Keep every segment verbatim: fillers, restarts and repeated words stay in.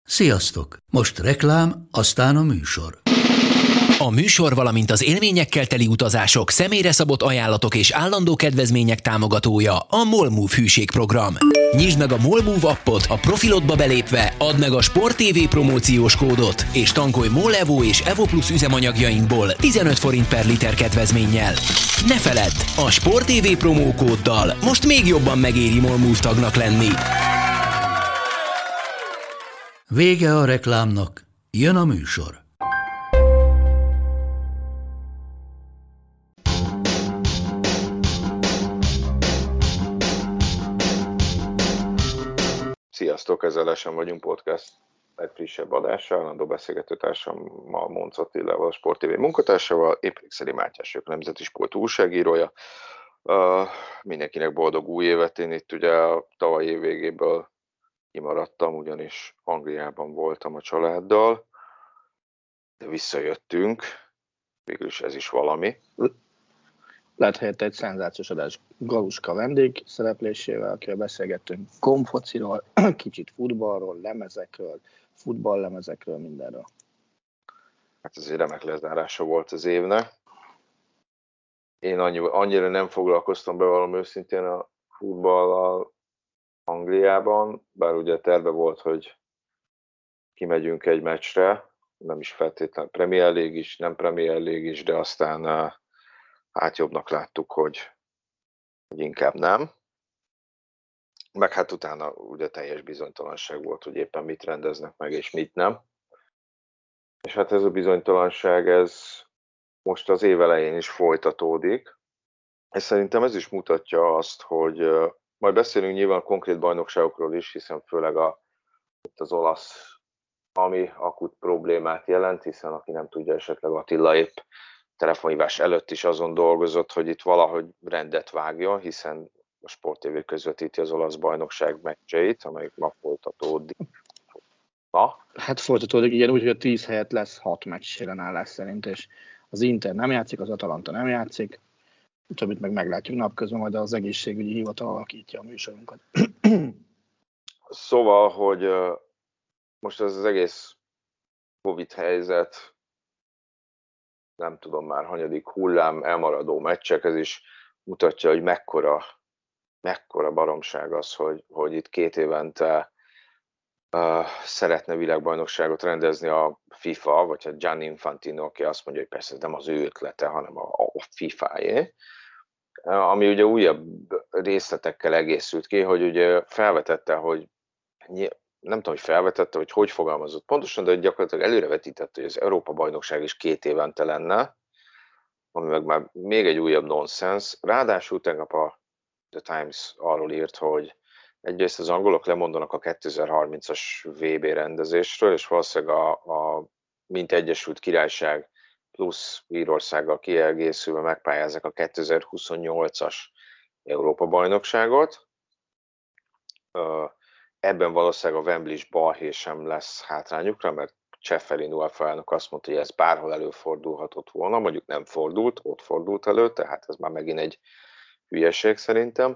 Sziasztok! Most reklám, aztán a műsor. A műsor, valamint az élményekkel teli utazások, személyre szabott ajánlatok és állandó kedvezmények támogatója a MOLMOVE hűségprogram. Nyisd meg a MOLMOVE appot, a profilodba belépve add meg a Sport té vé promóciós kódot, és tankolj MOL Evo és Evo Plus üzemanyagjainkból tizenöt forint per liter kedvezménnyel. Ne feledd, a Sport té vé promókóddal most még jobban megéri MOLMOVE tagnak lenni. Vége a reklámnak, jön a műsor. Sziasztok, ez a Lesen vagyunk podcast legfrissebb adása, állandó beszélgetőtársammal, Monc Attilával, a Sport té vé munkatársával, épp Szeli Mátyás, a Nemzeti Sport újságírója. Uh, mindenkinek boldog új évet, én itt ugye a tavalyi év végéből kimaradtam, ugyanis Angliában voltam a családdal, de visszajöttünk, végülis ez is valami. Lett helyette egy szenzációs adás Galuska vendég szereplésével, akivel beszélgettünk komfociról, kicsit futballról, lemezekről, futballlemezekről, mindenről. Hát ez egy remek lezárása volt az évnek. Én annyi, annyira nem foglalkoztam be valami őszintén a futballal Angliában, bár ugye terve volt, hogy kimegyünk egy meccsre, nem is feltétlenül Premier League is, nem Premier League is, de aztán hát jobbnak láttuk, hogy, hogy inkább nem. Meg hát utána ugye teljes bizonytalanság volt, hogy éppen mit rendeznek meg, és mit nem. És hát ez a bizonytalanság, ez most az év elején is folytatódik. És szerintem ez is mutatja azt, hogy majd beszélünk nyilván a konkrét bajnokságokról is, hiszen főleg a, az olasz, ami akut problémát jelent, hiszen aki nem tudja, esetleg Attila épp telefonhívás előtt is azon dolgozott, hogy itt valahogy rendet vágjon, hiszen a Sport té vé közvetíti az olasz bajnokság meccseit, amelyik ma folytatódik. Na? Hát folytatódik, igen, úgy, hogy a tíz helyett lesz hat meccs jelenállás szerint, és az Inter nem játszik, az Atalanta nem játszik, többit meg meglátjuk napközben, majd az egészségügyi hivatal alakítja a műsorunkat. Szóval, hogy most ez az egész Covid helyzet, nem tudom már hanyadik hullám, elmaradó meccsek, ez is mutatja, hogy mekkora, mekkora baromság az, hogy, hogy itt két évente uh, szeretne világbajnokságot rendezni a FIFA, vagy a Gianni Infantino, aki azt mondja, hogy persze ez nem az ő ötlete, hanem a, a FIFA-jé, ami ugye újabb részletekkel egészült ki, hogy ugye felvetette, hogy nem tudom, hogy felvetette, hogy hogy fogalmazott pontosan, de gyakorlatilag előrevetítette, hogy az Európa-bajnokság is két évente lenne, ami meg már még egy újabb nonsens. Ráadásul tegnap a The Times arról írt, hogy egyrészt az angolok lemondanak a kétezer-harmincas vé bé rendezésről, és valószínűleg a, a mint Egyesült Királyság plusz Írországgal kiegészülve megpályázzák a kétezer-huszonnyolcas Európa-bajnokságot. Ebben valószínűleg a Wembley-s balhé sem lesz hátrányukra, mert Ceferin UEFA elnök azt mondta, hogy ez bárhol előfordulhatott volna, mondjuk nem fordult, ott fordult elő, tehát ez már megint egy hülyeség szerintem.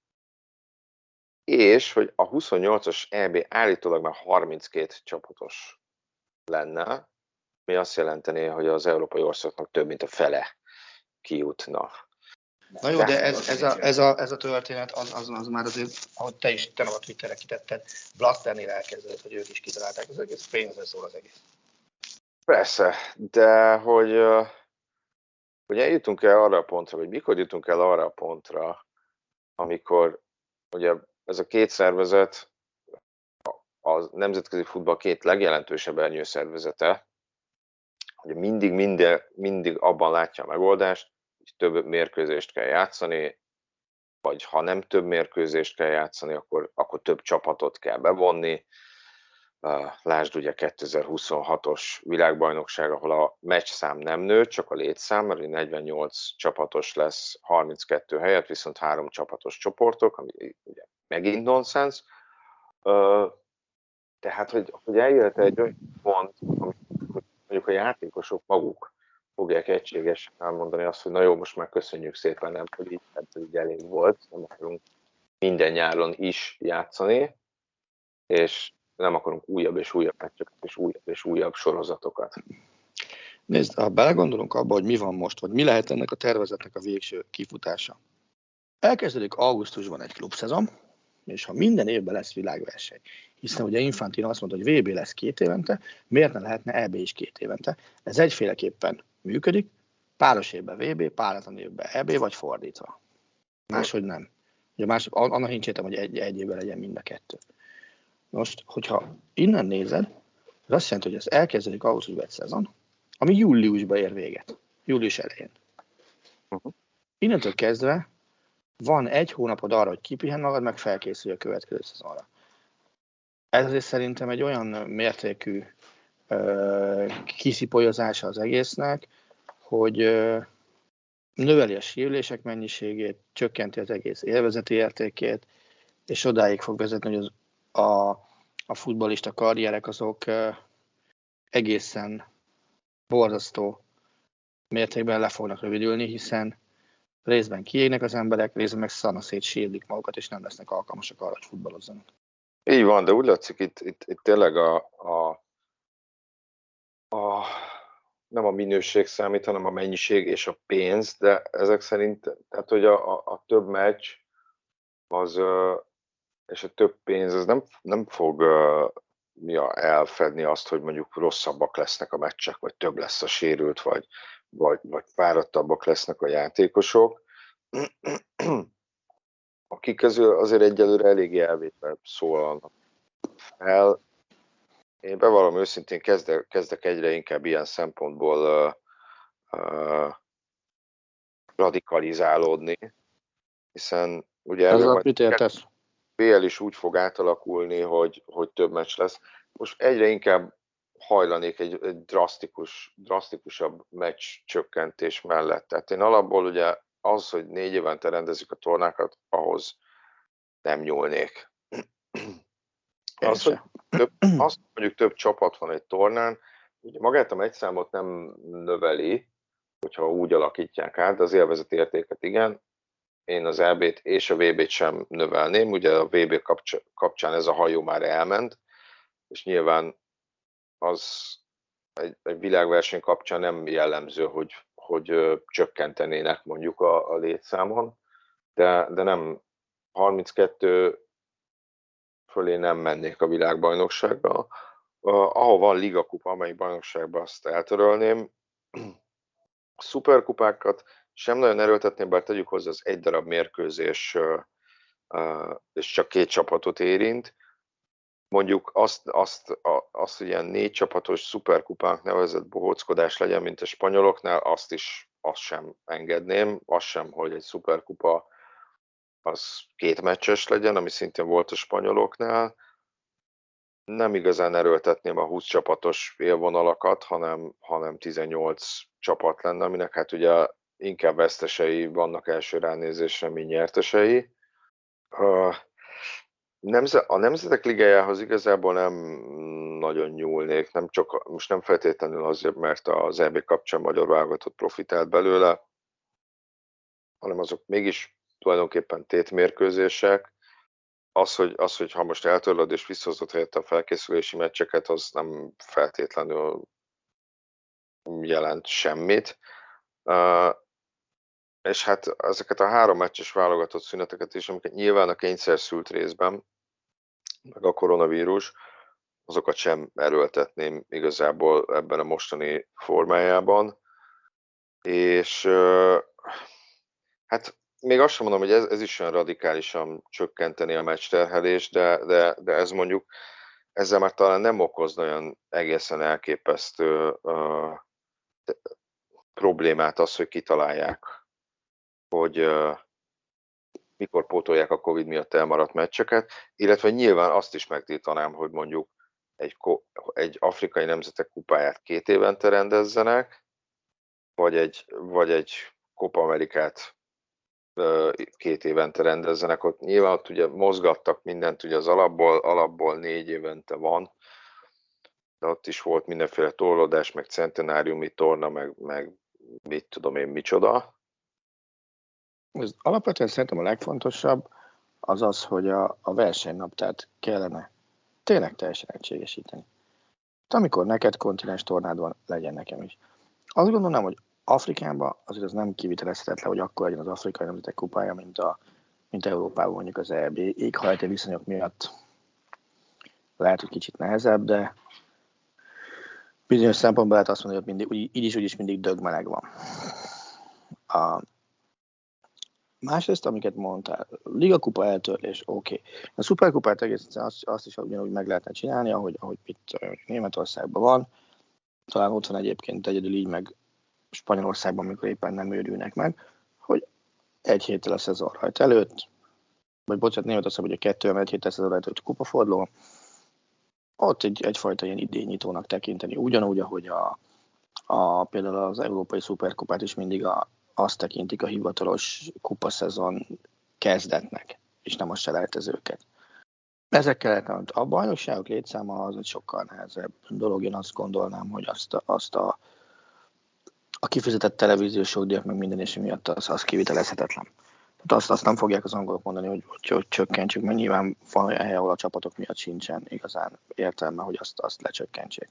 És hogy a huszonnyolcas é bé állítólag már harminckét csapatos lenne, mi azt jelentené, hogy az európai országoknak több mint a fele kijutna. Na jó, de ez, ez, a, ez, a, ez a történet, az, az, az már azért, ahogy te is tegnap a Twitterre kitetted, Blasternél elkezdődött, hogy ők is kitalálták az egész, pénzre szól az egész. Persze, de hogy, hogy eljutunk el arra a pontra, vagy mikor jutunk el arra a pontra, amikor ugye ez a két szervezet, a nemzetközi futball két legjelentősebb ernyőszervezete, hogy mindig, mindig, mindig abban látja a megoldást, hogy több mérkőzést kell játszani, vagy ha nem több mérkőzést kell játszani, akkor, akkor több csapatot kell bevonni. Lásd ugye kétezer-huszonhatos világbajnokság, ahol a meccsszám nem nő, csak a létszám, mert negyvennyolc csapatos lesz harminckettő helyett, viszont három csapatos csoportok, ami ugye megint nonsens. Tehát, hogy, hogy eljöhet egy olyan pont, hogy mondjuk a játékosok maguk fogják egységesen elmondani azt, hogy na jó, most már köszönjük szépen, nem, hogy így, hát, így elég volt, nem akarunk minden nyáron is játszani, és nem akarunk újabb és újabb meccseket, és újabb és újabb sorozatokat. Nézd, ha belegondolunk abba, hogy mi van most, vagy mi lehet ennek a tervezetnek a végső kifutása. Elkezdődik augusztusban egy klubszezon, és ha minden évben lesz világverseny, hiszen ugye Infantino azt mondta, hogy vé bé lesz két évente, miért ne lehetne é bé is két évente? Ez egyféleképpen működik, páros évben vé bé, páratlan évben é bé, vagy fordítva. Máshogy nem. Ugye más, annak nincs értem, hogy egy, egy évben legyen mind a kettő. Most, hogyha innen nézed, az azt jelenti, hogy ez elkezdődik augusztusban egy szezon, ami júliusban ér véget. Július elején. Uh-huh. Innentől kezdve van egy hónapod arra, hogy kipihen magad, meg felkészülj a következő szezonra. Ez azért szerintem egy olyan mértékű ö, kiszipolyozása az egésznek, hogy ö, növeli a sérülések mennyiségét, csökkenti az egész élvezeti értékét, és odáig fog vezetni, hogy az, a, a futballista karrierek azok ö, egészen borzasztó mértékben le fognak rövidülni, hiszen részben kiégnek az emberek, részben meg szanaszét sérlik magukat, és nem lesznek alkalmasak arra, hogy futballozzanak. Így van, de úgy látszik, itt, itt, itt tényleg a, a, a, nem a minőség számít, hanem a mennyiség és a pénz, de ezek szerint, tehát hogy a, a, a több meccs az, és a több pénz az nem, nem fog ja, elfedni azt, hogy mondjuk rosszabbak lesznek a meccsek, vagy több lesz a sérült, vagy, vagy, vagy fáradtabbak lesznek a játékosok, akik közül azért egyelőre eléggé elvétve szólalnak el. Én bevallom őszintén kezdek, kezdek egyre inkább ilyen szempontból uh, uh, radikalizálódni, hiszen ugye ez a mit értesz? bé el is úgy fog átalakulni, hogy, hogy több meccs lesz. Most egyre inkább hajlanék egy, egy drasztikus, drasztikusabb meccs csökkentés mellett. Tehát én alapból ugye az, hogy négy évente rendezik a tornákat, ahhoz nem nyúlnék. Az, hogy több, azt mondjuk több csapat van egy tornán, ugye magát a meccsszámot nem növeli, hogyha úgy alakítják át, de az élvezeti értéket igen. Én az é bét és a vé bét sem növelném, ugye a vé bé kapcsán ez a hajó már elment, és nyilván az egy, egy világverseny kapcsán nem jellemző, hogy, hogy ö, csökkentenének mondjuk a, a létszámon, de, de nem harminckettő fölé nem mennék a világbajnokságra. Uh, ahol van ligakupa, amelyik bajnokságban azt eltörölném. A szuperkupákat sem nagyon erőltetném, bár tegyük hozzá, az egy darab mérkőzés, uh, uh, és csak két csapatot érint. Mondjuk azt, azt, azt hogy ilyen négy csapatos szuperkupánk nevezett bohóckodás legyen, mint a spanyoloknál, azt is azt sem engedném, azt sem, hogy egy szuperkupa az két meccses legyen, ami szintén volt a spanyoloknál. Nem igazán erőltetném a húsz csapatos élvonalakat, hanem, hanem tizennyolc csapat lenne, aminek hát ugye inkább vesztesei vannak első ránézésre, mint nyertesei. A Nemzetek Ligájához igazából nem nagyon nyúlnék, nem csak, most nem feltétlenül azért, mert az é bé kapcsán magyar válogatott profitált belőle, hanem azok mégis tulajdonképpen tétmérkőzések. Az hogy, az, hogy ha most eltörlöd és visszahozod helyette a felkészülési meccseket, az nem feltétlenül jelent semmit. Uh, és hát ezeket a három meccses válogatott szüneteket is, amiket nyilván a kényszer szült részben, meg a koronavírus, azokat sem erőltetném igazából ebben a mostani formájában. És uh, hát még azt sem mondom, hogy ez, ez is olyan radikálisan csökkenteni a meccsterhelést, de, de, de ez mondjuk, ezzel már talán nem okozna olyan egészen elképesztő uh, problémát az, hogy kitalálják, hogy uh, mikor pótolják a Covid miatt elmaradt meccseket, illetve nyilván azt is megtiltanám, hogy mondjuk egy, egy afrikai nemzetek kupáját két évente rendezzenek, vagy egy, vagy egy Copa Amerikát két évente rendezzenek, ott nyilván ott ugye mozgattak mindent, ugye az alapból, alapból négy évente van, de ott is volt mindenféle torlódás, meg centenáriumi torna, meg, meg mit tudom én micsoda. Ez alapvetően szerintem a legfontosabb az az, hogy a, a versenynaptárt kellene tényleg teljesen egységesíteni. Amikor neked kontinens tornád van, legyen nekem is. Azt gondolom, hogy Afrikában azért az nem kivitelezhetetlen, hogy akkor legyen az afrikai nemzetek kupája, mint, a, mint Európában mondjuk az é bé. Éghajlati viszonyok miatt lehet, hogy kicsit nehezebb, de bizonyos szempontból lehet azt mondani, hogy mindig, így is, úgy is mindig dögmeleg van. A másrészt, amiket mondtál, ligakupa eltörlés, oké. Okay. A szuperkupát egészen azt, azt is ugyanúgy meg lehetne csinálni, ahogy, ahogy itt Németországban van. Talán ott van egyébként egyedül így meg Spanyolországban, amikor éppen nem őrülnek meg, hogy egy héttel a szezon rajt előtt, vagy bocsánat, Németországban ugye kettő, egy héttel a szezon rajt előtt kupaforduló, ott egy, egyfajta ilyen idényítónak tekinteni. Ugyanúgy, ahogy a, a, például az európai szuperkupát is mindig a, azt tekintik a hivatalos kupaszezon kezdetnek, és nem a selejtezőket. Ezekkel lehet, a bajnokságok létszáma az egy sokkal nehezebb dolog. Én azt gondolnám, hogy azt a, azt a, a kifizetett televíziós jogdíjak meg minden és miatt az, az kivitelezhetetlen. Tehát azt, azt nem fogják az angolok mondani, hogy, hogy csökkentsük, mert nyilván van olyan hely, ahol a csapatok miatt sincsen igazán értelme, hogy azt, azt lecsökkentsék.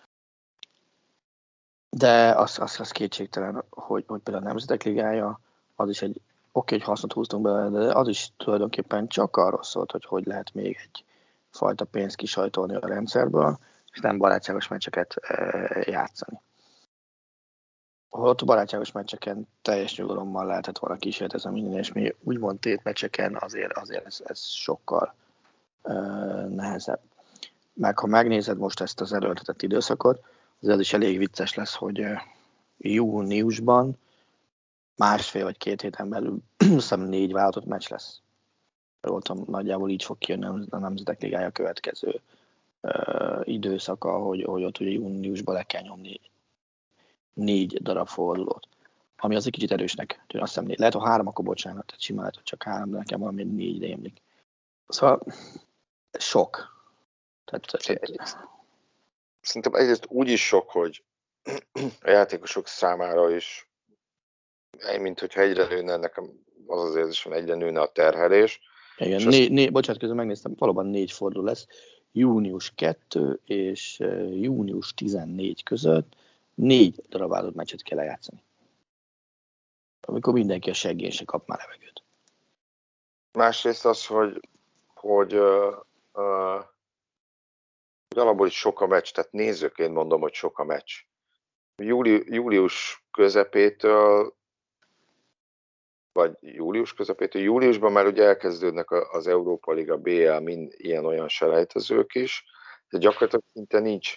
De az, az, az kétségtelen, hogy, hogy például a Nemzetek Ligája, az is egy oké, hogy hasznot húztunk belőle, de az is tulajdonképpen csak arról szólt, hogy hogy lehet még egy fajta pénzt kisajtolni a rendszerből, és nem barátságos meccseket e, játszani. Holott a barátságos meccseken teljes nyugalommal lehetett volna kísérletezni minden, és mi úgymond tét meccseken azért, azért ez, ez sokkal e, nehezebb. Meg ha megnézed most ezt az erőltetett időszakot, az ez is elég vicces lesz, hogy júniusban másfél vagy két héten belül hiszem négy válogatott meccs lesz. Voltam, nagyjából így fog kijönni a Nemzetek Ligája következő uh, időszaka, hogy, hogy ott ugye júniusban le kell nyomni négy darab fordulót. Ami az egy kicsit erősnek. Azt hiszem, négy. Lehet, ha három, akkor bocsánat, tehát simán lehet, hogy csak három, de nekem valami négy rémlik. Szóval sok. Tehát, Szerintem egyrészt úgy is sok, hogy a játékosok számára is, mint hogyha egyre nőne, nekem az az érzésem, egyre nőne a terhelés. Igen, né, né, bocsánat, közben megnéztem, valóban négy forduló lesz. Június kettő és június tizennégy között négy darab válogatott meccset kell lejátszani. Amikor mindenki a seggén se kap már levegőt. Másrészt az, hogy, hogy, uh, uh, hogy alapból is sok a meccs, tehát nézőként mondom, hogy sok a meccs. Júli, július közepétől, vagy július közepétől, júliusban már ugye elkezdődnek az Európa Liga, bé el, mind ilyen-olyan selejtezők is, de gyakorlatilag szinte nincs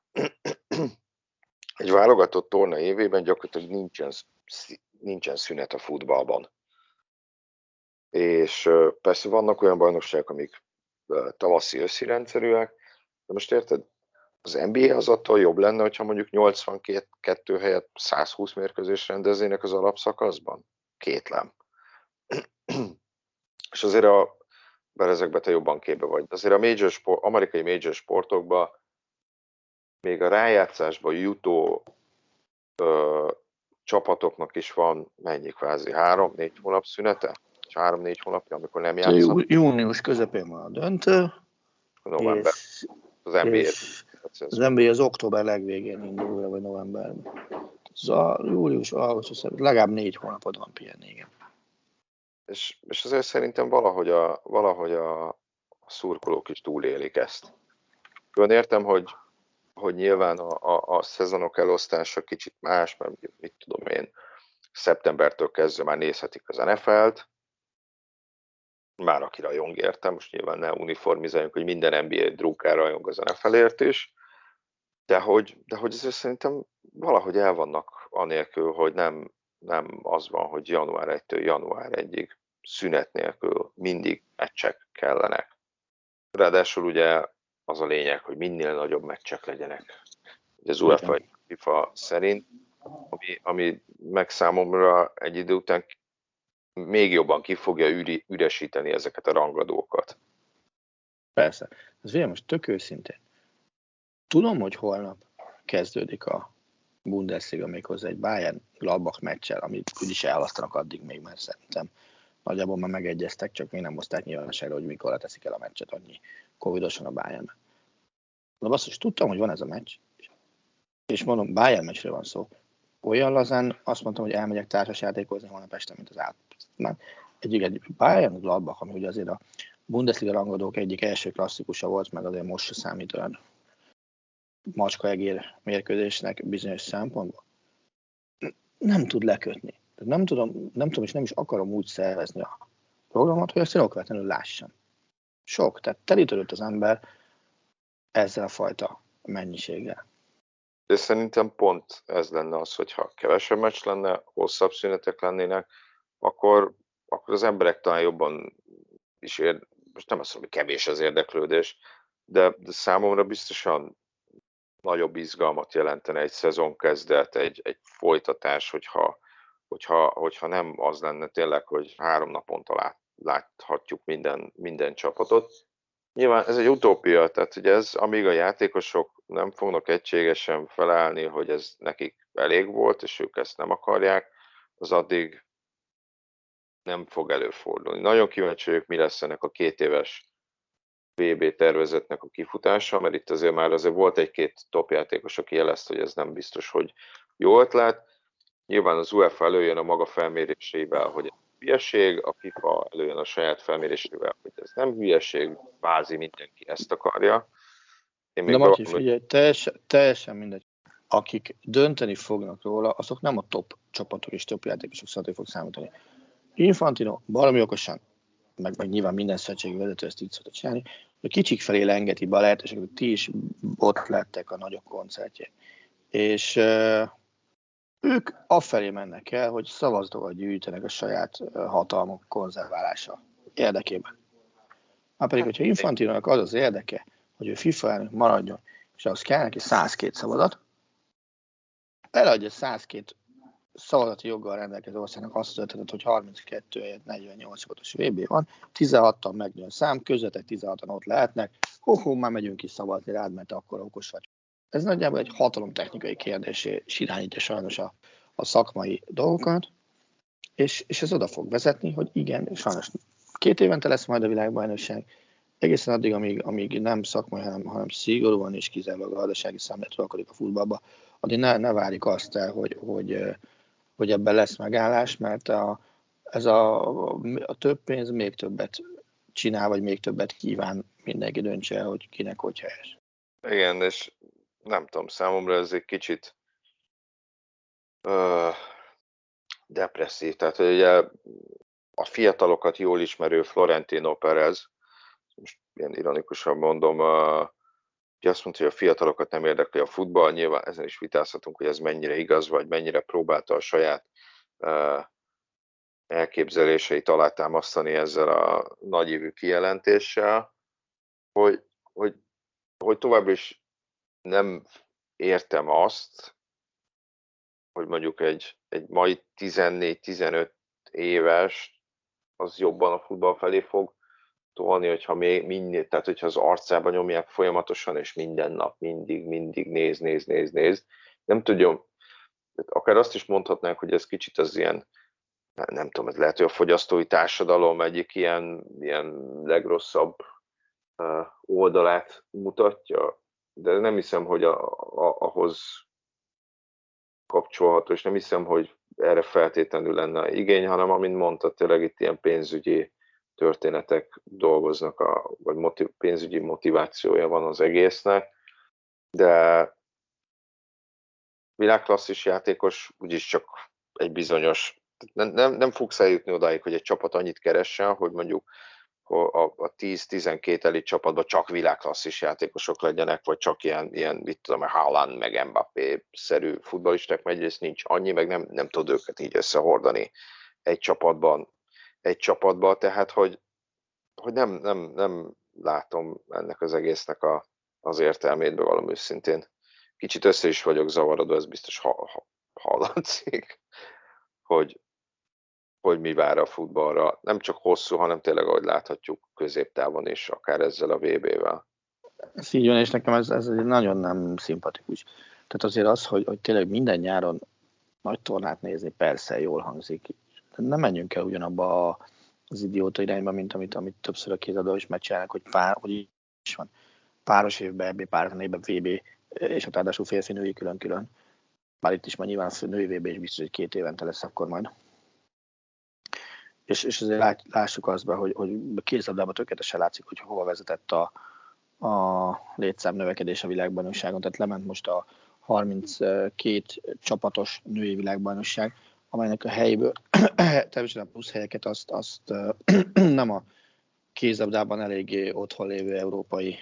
egy válogatott torna évében gyakorlatilag nincsen, nincsen szünet a futballban. És persze vannak olyan bajnokságok, amik tavaszi-őszi rendszerűek, de most érted, az en bé á az attól jobb lenne, hogyha mondjuk nyolcvankettő helyett százhúsz mérkőzést rendeznének az alapszakaszban? Kétlem. És azért a, bár ezekben te jobban képbe vagy, azért a major sport, amerikai major sportokban még a rájátszásban jutó ö, csapatoknak is van mennyi kvázi, három-négy hónap szünete? És három-négy hónapja, amikor nem játszanak? Június közepén van a döntő. November. És, az en bé á. Az en bé á az október legvégén indul, vagy novemberben. Az a július, augusztus, legalább négy hónapod van pihenni, igen. És, és azért szerintem valahogy a, valahogy a, a szurkolók is túlélik ezt. Ön értem, hogy, hogy nyilván a, a, a szezonok elosztása kicsit más, mert mit tudom én, szeptembertől kezdve már nézhetik az en ef el-t, már aki rajong értem, most nyilván ne uniformizáljunk, hogy minden en bé á drukán rajong az en ef el-ért is, de hogy, de hogy azért szerintem valahogy el vannak anélkül, hogy nem, nem az van, hogy január elsejétől január elsejéig szünet nélkül mindig meccsek kellenek. Ráadásul ugye az a lényeg, hogy minél nagyobb meccsek legyenek. Ugye az UEFA FIFA szerint, ami, ami meg számomra egy idő után még jobban ki fogja üri, üresíteni ezeket a rangadókat. Persze. Ez végül most tök őszintén. Tudom, hogy holnap kezdődik a Bundesliga méghozzá egy Bayern-Gladbach meccsel, amit úgyis elhalasztanak addig még, mert szerintem nagyjából már megegyeztek, csak még nem hozták nyilvánosságra, hogy mikor teszik el a meccset, annyi covidosan a Bayernben. De basszus, tudtam, hogy van ez a meccs, és mondom, Bayern meccsről van szó. Olyan lazán azt mondtam, hogy elmegyek társasjátékozni holnap este, mint az állat. Egyik egy Bayern Gladbach, ami ugye azért a Bundesliga rangadók egyik első klasszikusa volt, meg azért most se számít olyan macskaegér mérkőzésnek bizonyos szempontból. Nem tud lekötni. Nem tudom, nem tudom, és nem is akarom úgy szervezni a programot, hogy azt én okvetlenül lássam. Sok, tehát telítődött az ember ezzel a fajta mennyiséggel. De szerintem pont ez lenne az, hogyha kevesebb meccs lenne, hosszabb szünetek lennének, akkor, akkor az emberek talán jobban is ér, most nem azt mondom, hogy kevés az érdeklődés, de, de számomra biztosan nagyobb izgalmat jelentene egy szezonkezdet, egy, egy folytatás, hogyha, hogyha, hogyha nem az lenne tényleg, hogy három naponta lát, láthatjuk minden, minden csapatot. Nyilván ez egy utópia, tehát hogy ez, amíg a játékosok nem fognak egységesen felállni, hogy ez nekik elég volt, és ők ezt nem akarják, az addig nem fog előfordulni. Nagyon kíváncsi vagyok, mi lesz ennek a két éves vé bé tervezetnek a kifutása, mert itt azért már azért volt egy-két topjátékos, aki jelezte, hogy ez nem biztos, hogy jó ötlet. Nyilván az UEFA előjön a maga felmérésével, hogy ez hülyeség, a FIFA előjön a saját felmérésével, hogy ez nem hülyeség, vázi mindenki ezt akarja. Én De Matyi, figyelj, teljesen, teljesen mindegy. Akik dönteni fognak róla, azok nem a top csapatok és top játékosok szatól fog számítani. Infantino valami okosan, meg, meg nyilván minden szövetségi vezető ezt így szokta csinálni, hogy kicsik felé lengeti be a lehetőséget, hogy ti is ott lettek a nagyok koncertjén. És uh, ők afelé mennek el, hogy szavazatokat gyűjtenek a saját hatalmuk konzerválása érdekében. Már pedig, hogyha Infantinonak az az érdeke, hogy ő FIFA elnök maradjon, és ahhoz kell neki százkettő szavazat, eladja százkettő szavazati joggal rendelkező országnak azt az ötletet, hogy harminckettő helyett negyvennyolc csapatos vé bé van, tizenhattal megnő a szám, közvetek tizenhatan ott lehetnek, hó, már megyünk ki szavazni rád, mert akkor okos vagy. Ez nagyjából egy hatalomtechnikai kérdés, és irányítja sajnos a, a szakmai dolgokat, és, és ez oda fog vezetni, hogy igen, sajnos két évente lesz majd a világbajnokság, egészen addig, amíg, amíg nem szakmai, hanem, hanem szigorúan és kizárólag a gazdasági számlától akarik a futballba, addig ne, ne várjuk azt el, hogy, hogy, hogy ebben lesz megállás, mert a, ez a, a több pénz még többet csinál, vagy még többet kíván, mindenki döntse el, hogy kinek hogy helyes. Igen, és nem tudom, számomra ez egy kicsit uh, depresszív. Tehát ugye a fiatalokat jól ismerő Florentino Perez, most ilyen ironikusan mondom, uh, hogy azt mondta, hogy a fiatalokat nem érdekli a futball, nyilván ezen is vitázhatunk, hogy ez mennyire igaz, vagy mennyire próbálta a saját uh, elképzeléseit alátámasztani ezzel a nagyívű kijelentéssel, hogy, hogy, hogy továbbra is nem értem azt, hogy mondjuk egy, egy mai tizennégy-tizenöt éves az jobban a futball felé fog tolni, hogyha még mindig, tehát hogyha az arcába nyomják folyamatosan, és minden nap mindig, mindig néz, néz, néz, néz. Nem tudom, akár azt is mondhatnánk, hogy ez kicsit az ilyen, nem tudom, ez lehet, hogy a fogyasztói társadalom egyik ilyen, ilyen legrosszabb oldalát mutatja, de nem hiszem, hogy a, a, ahhoz kapcsolható, és nem hiszem, hogy erre feltétlenül lenne igény, hanem amint mondtad, tényleg itt ilyen pénzügyi történetek dolgoznak, a, vagy motiv, pénzügyi motivációja van az egésznek, de világklasszis játékos úgyis csak egy bizonyos, nem, nem, nem fogsz eljutni odáig, hogy egy csapat annyit keressen, hogy mondjuk a, a tíz-tizenkét elit csapatban csak világklasszis játékosok legyenek, vagy csak ilyen, ilyen mit tudom, Haaland meg Mbappé-szerű futballisták, mert egyrészt nincs annyi, meg nem, nem tud őket így összehordani egy csapatban, egy csapatban, tehát hogy, hogy nem, nem, nem látom ennek az egésznek a, az értelmét, be valami őszintén. Kicsit össze is vagyok zavarodva, ez biztos ha, ha, hallatszik, hogy, hogy mi vár a futballra. Nem csak hosszú, hanem tényleg, ahogy láthatjuk, középtávon is, akár ezzel a vé bével. Ez így van, és nekem ez, ez nagyon nem szimpatikus. Tehát azért az, hogy, hogy tényleg minden nyáron nagy tornát nézni, persze jól hangzik. Nem menjünk el ugyanabba az idióta irányba, mint amit, amit többször a kézadó is megcsinálnak, hogy, pár, hogy így is van. páros évben, ebben páros évben vé bé, és a ráadásul férfi női külön-külön. Bár itt is már nyilván a női vé bé is biztos, hogy két évente lesz akkor majd. És, és azért lássuk azt be, hogy, hogy kézlabdában tökéletesen látszik, hogy hova vezetett a, a létszám növekedés a világbajnokságon. Tehát lement most a harminckét csapatos női világbajnokság, amelynek a helyből természetesen a plusz helyeket azt, azt nem a kézlabdában eléggé otthon lévő európai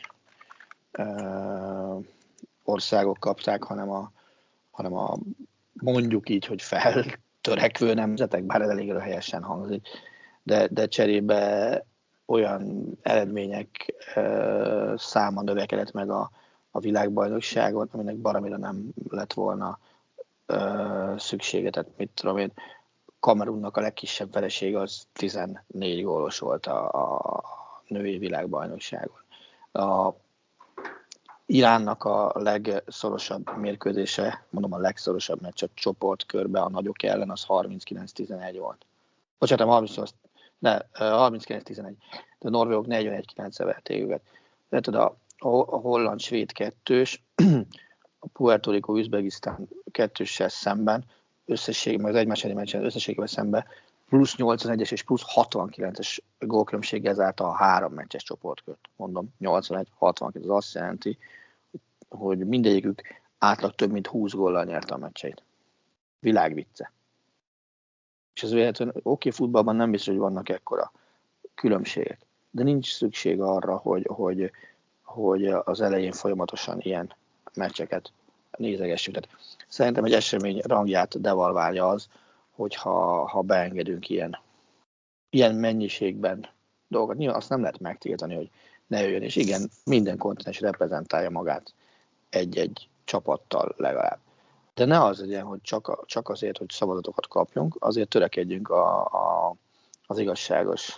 uh, országok kapták, hanem a, hanem a mondjuk így, hogy feltörekvő nemzetek, bár ez elég helyesen hangzik, de, de cserébe olyan eredmények uh, száma növekedett meg a, a világbajnokságon, aminek baromira nem lett volna uh, szüksége. Tehát mit tudom én, Kamerunnak a legkisebb vereség az tizennégy gólos volt a, a női világbajnokságon. A Iránnak a legszorosabb mérkőzése, mondom a legszorosabb meccs a csoportkörbe a nagyok ellen, az harminckilenc tizenegy volt. Bocsánat, harminckilenc, ne, harminckilenc tizenegy. De a norvégok negyvenegy kilencre verték őket. Tehát a, a holland-svéd kettős, a Puerto Rico-Üzbegisztán kettőssel szemben, összességében, az egymás elleni meccsen összességében szemben plusz nyolcvanegy és plusz hatvankilences gólkülönbséggel zárta a három meccses csoportkört. Mondom, nyolcvanegy hatvankilenc, az azt jelenti, hogy mindegyikük átlag több mint húsz góllal nyerte a meccseit. Világvicce. És ez véletlenül, oké, futballban nem biztos, hogy vannak ekkora különbségek, de nincs szükség arra, hogy, hogy, hogy az elején folyamatosan ilyen meccseket nézegessük. Tehát szerintem egy esemény rangját devalválja az, hogyha ha beengedünk ilyen, ilyen mennyiségben dolgokat. Nyilván azt nem lehet megtiltani, hogy ne jöjjön, és igen, minden kontinens reprezentálja magát egy-egy csapattal legalább. De ne az legyen, hogy csak, csak azért, hogy szabadatokat kapjunk, azért törekedjünk a, a, az igazságos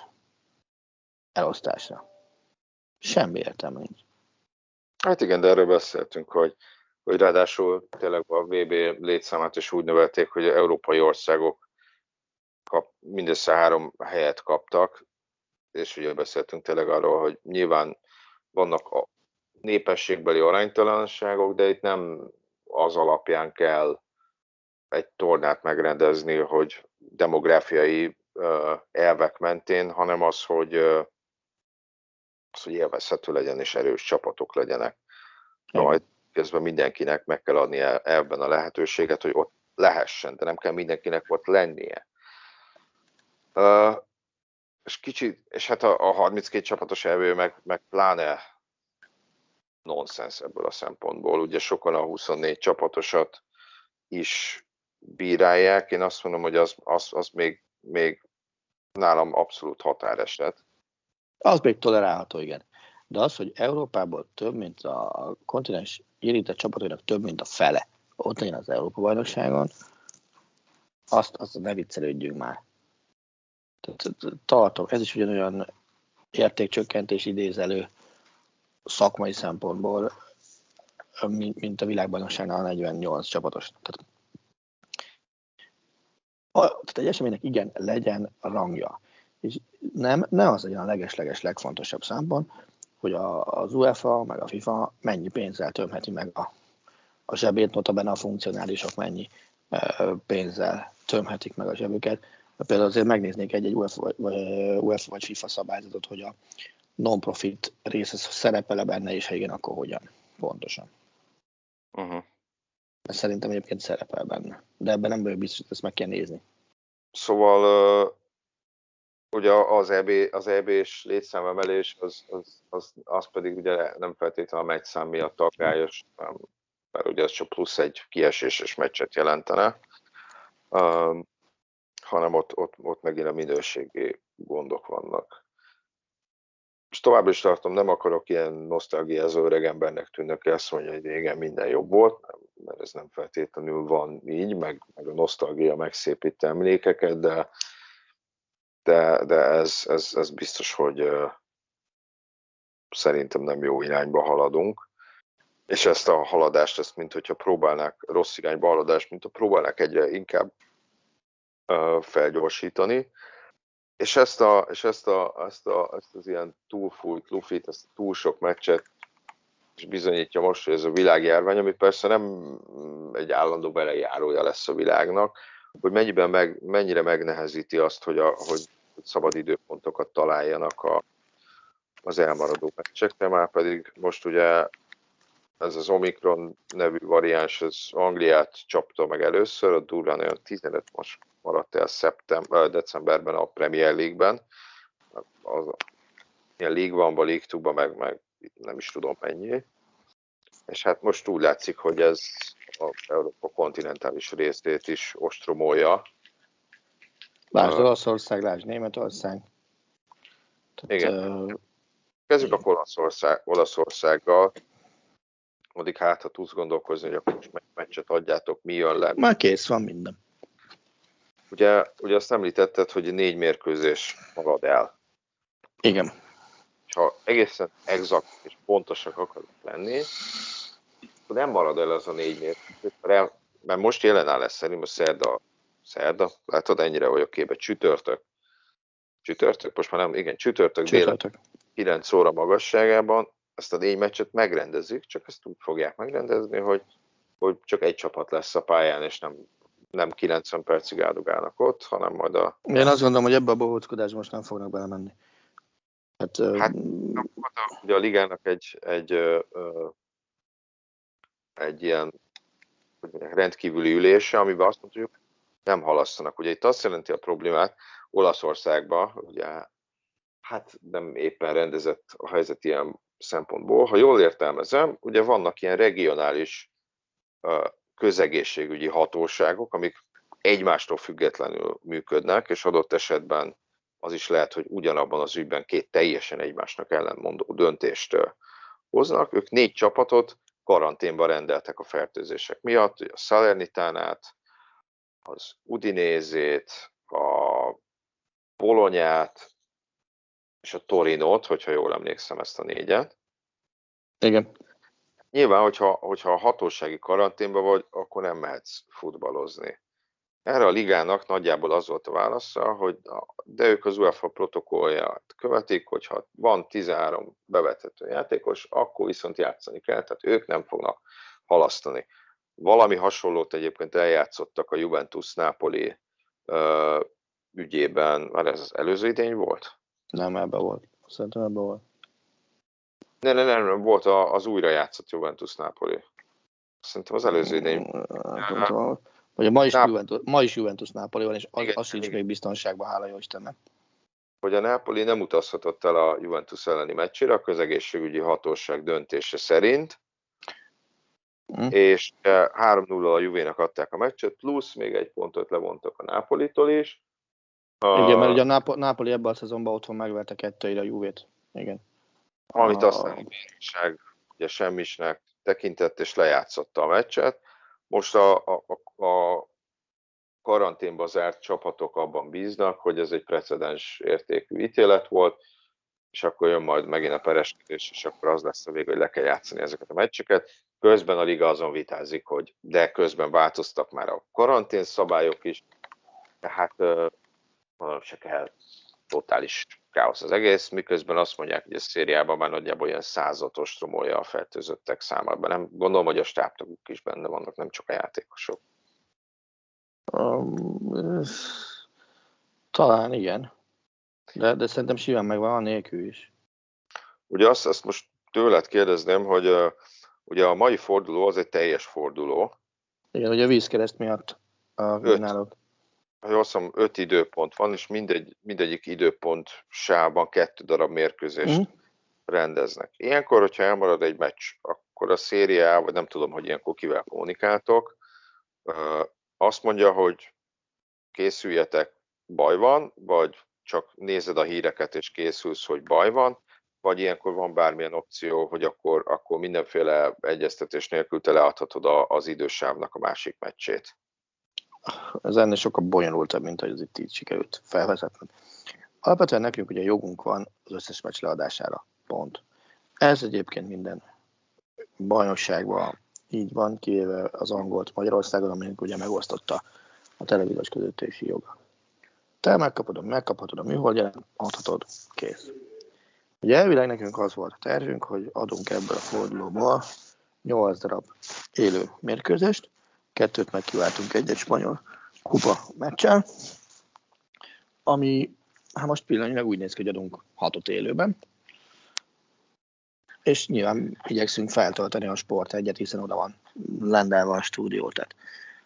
elosztásra. Semmi értelme nincs. Hát igen, de erről beszéltünk, hogy, hogy ráadásul tényleg a vé bé létszámát is úgy növelték, hogy az európai országok kap, mindössze három helyet kaptak, és ugye beszéltünk tényleg arról, hogy nyilván vannak a népességbeli aránytalanságok, de itt nem az alapján kell egy tornát megrendezni, hogy demográfiai uh, elvek mentén, hanem az, hogy, uh, az, hogy élvezhető legyen és erős csapatok legyenek. Na, majd közben mindenkinek meg kell adni ebben a lehetőséget, hogy ott lehessen, de nem kell mindenkinek ott lennie. Uh, és kicsit, és hát a, a harminckét csapatos elvő meg, meg pláne nonsens ebből a szempontból. Ugye sokan a huszonnégy csapatosat is bírálják. Én azt mondom, hogy az, az, az még, még nálam abszolút határeset. Az még tolerálható, igen. De az, hogy Európából több, mint a kontinens érintett csapatainak több, mint a fele ott legyen az Európa-bajnokságon, azt, azt ne viccelődjünk már. Tartom, ez is ugyanolyan értékcsökkentés idéz elő szakmai szempontból, mint a világbajnokságnál a negyvennyolc csapatos. Tehát, a, tehát egy eseménynek igen, legyen rangja. És nem, ne az legyen a leges-leges legfontosabb szempont, hogy a, az UEFA meg a FIFA mennyi pénzzel tömheti meg a, a zsebét, notabene a funkcionálisok mennyi e, pénzzel tömhetik meg a zsebüket. Például azért megnéznék egy-egy UEFA vagy, UEFA vagy FIFA szabályzatot, hogy a non-profit része szerepel benne, és ha igen, akkor hogyan pontosan. Uh-huh. Mert szerintem egyébként szerepel benne. De ebben nem vagyok biztos, hogy ezt meg kell nézni. Szóval uh, ugye az é bé, az é bé-s létszámemelés, az, az, az, az pedig ugye nem feltétlenül a meccszám miatt aggályos, mert ugye ez csak plusz egy kieséses meccset jelentene, um, hanem ott, ott, ott megint a minőségi gondok vannak. És tovább is tartom, nem akarok ilyen nosztalgiázó öreg embernek tűnni, aki azt mondja, hogy régen minden jobb volt, mert ez nem feltétlenül van így, meg, meg a nosztalgia megszépít emlékeket, de, de, de ez, ez, ez biztos, hogy uh, szerintem nem jó irányba haladunk. És ezt a haladást, ezt mint hogyha próbálnák, rossz irányba haladást, mint hogyha próbálnák egyre inkább uh, felgyorsítani. És ezt, a, és ezt, a, ezt, a, ezt az ilyen túlfújt lufit, ezt a túl sok meccset és bizonyítja most, hogy ez a világjárvány, ami persze nem egy állandó belejárója lesz a világnak, hogy mennyiben meg, mennyire megnehezíti azt, hogy, a, hogy szabad időpontokat találjanak a, az elmaradó meccsekre, már pedig most ugye ez az Omikron nevű variáns, az Angliát csapta meg először, a durván olyan tizenöt most maradt el szeptember, decemberben a Premier League-ben, az, ilyen League One-ba, League Two-ba meg, meg nem is tudom mennyi. És hát most úgy látszik, hogy ez az Európa kontinentális részét is ostromolja. Lásd Olaszország, lásd Németország. Tehát, igen. Kezdjük akkor Olaszország, Olaszországgal. Addig hát, ha tudsz gondolkozni, hogy akkor most meccset adjátok, mi jön le. Már kész van minden. Ugye, ugye azt említetted, hogy négy mérkőzés marad el. Igen. Ha egészen exakt és pontosak akarok lenni, akkor nem marad el az a négy mérkőzés, mert most jelen áll lesz szerintem a szerda, szerda, látod, ennyire vagyok képbe, csütörtök. Csütörtök? Most már nem, igen, csütörtök, csütörtök. Dél kilenc óra magasságában ezt a négy meccset megrendezik, csak ezt úgy fogják megrendezni, hogy, hogy csak egy csapat lesz a pályán, és nem, nem kilencven percig áldogálnak ott, hanem majd a... Én azt gondolom, hogy ebbe a bohóckodásba most nem fognak belemenni. Hát, hát a, ugye a ligának egy, egy, egy, egy ilyen rendkívüli ülése, amiben azt mondjuk, hogy nem halasztanak. Ugye itt azt jelenti a problémát Olaszországban, ugye hát nem éppen rendezett a helyzet ilyen szempontból. Ha jól értelmezem, ugye vannak ilyen regionális közegészségügyi hatóságok, amik egymástól függetlenül működnek, és adott esetben az is lehet, hogy ugyanabban az ügyben két teljesen egymásnak ellentmondó döntést hoznak. Ők négy csapatot karanténba rendeltek a fertőzések miatt, a Salernitánát, az Udinézét, a Bolonyát és a Torinót, hogyha jól emlékszem, ezt a négyet. Igen. Nyilván, hogyha, hogyha a hatósági karanténban vagy, akkor nem mehetsz futballozni. Erre a ligának nagyjából az volt a válasza, hogy de ők az UEFA protokollját követik, hogyha van tizenhárom bevethető játékos, akkor viszont játszani kell, tehát ők nem fognak halasztani. Valami hasonlót egyébként eljátszottak a Juventus-Napoli uh, ügyében, már ez az előző idény volt? Nem, ebben volt. Szerintem ebben volt. Nem, nem, nem, nem, volt az újra játszott Juventus-Napoli. Szerintem az előző idény. Vagy a ma is, Náp- Juventus, ma is Juventus Napoli van, és az, igen, az sincs igen. még biztonságban, hála jó Istennek. Hogy a Napoli nem utazhatott el a Juventus elleni meccsére a közegészségügyi hatóság döntése szerint, mm. és három nulla a Juvénak adták a meccset, plusz még egy pontot levontak a Napolitól is. A... Igen, mert ugye a Náp- Napoli ebben a szezonban otthon megverte kettőire a Juvét. Igen. Amit a... aztán a bíróság ugye semmisnek tekintett, és lejátszotta a meccset. Most a, a, a karanténba zárt csapatok abban bíznak, hogy ez egy precedens értékű ítélet volt, és akkor jön majd megint a pereskedés, és akkor az lesz a vége, hogy le kell játszani ezeket a meccseket. Közben a liga azon vitázik, hogy de közben változtak már a karantén szabályok is, tehát mondom, se kell, totális káosz az egész, miközben azt mondják, hogy a szériában már nagyjából ilyen százat ostromolja a fertőzöttek számában. Nem, gondolom, hogy a stábtagok is benne vannak, nem csak a játékosok. Um, talán igen, de, de szerintem simán megvan a nélkül is. Ugye azt, azt most tőled kérdezném, hogy uh, ugye a mai forduló az egy teljes forduló. Igen, ugye a vízkereszt miatt a náluk. Ha azt mondom, öt időpont van, és mindegy, mindegyik időpont sávban kettő darab mérkőzést mm. rendeznek. Ilyenkor, hogyha elmarad egy meccs, akkor a szériá, vagy nem tudom, hogy ilyenkor kivel kommunikáltok, uh, azt mondja, hogy készüljetek, baj van, vagy csak nézed a híreket és készülsz, hogy baj van, vagy ilyenkor van bármilyen opció, hogy akkor, akkor mindenféle egyeztetés nélkül te leadhatod az idősávnak a másik meccsét. Ez ennél sokkal bonyolultabb, mint hogy az itt így sikerült felvezetni. Alapvetően nekünk ugye jogunk van az összes meccs leadására, pont. Ez egyébként minden bajnokságban így van, kivéve az angolt Magyarországon, aminek ugye megosztotta a televíziós közvetítési joga. Te megkapod, megkaphatod a műholdját, adhatod, kész. Ugye elvileg nekünk az volt a tervünk, hogy adunk ebből a fordulóból nyolc darab élő mérkőzést, kettőt megkiváltunk egy-egy spanyol kupa meccsel, ami hát most pillanatnyilag úgy néz ki, hogy adunk hatot élőben, és nyilván igyekszünk feltölteni a Sport egyet, hiszen oda van rendelve a stúdió. Tehát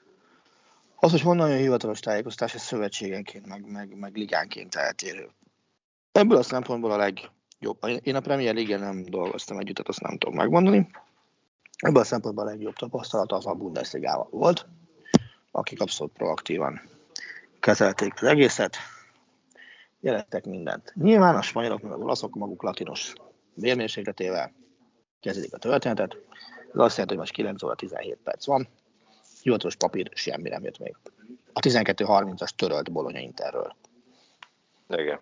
az, hogy honnan jön hivatalos tájékoztatás, ez szövetségenként, meg, meg, meg ligánként eltérő. Ebből a szempontból a legjobb. Én a Premier League-en nem dolgoztam együtt, tehát azt nem tudom megmondani. Ebből a szempontból a legjobb tapasztalata az a Bundesligával volt, akik abszolút proaktívan kezelték az egészet, jelentek mindent. Nyilván a spanyolok, meg az olaszok maguk latinos vérmérsékletével kezdik a történetet. Ez azt jelenti, hogy most kilenc óra tizenhét perc van. Hivatalos papír semmi nem jött még. A tizenkettő harmincas törölt Bologna Interről. Igen.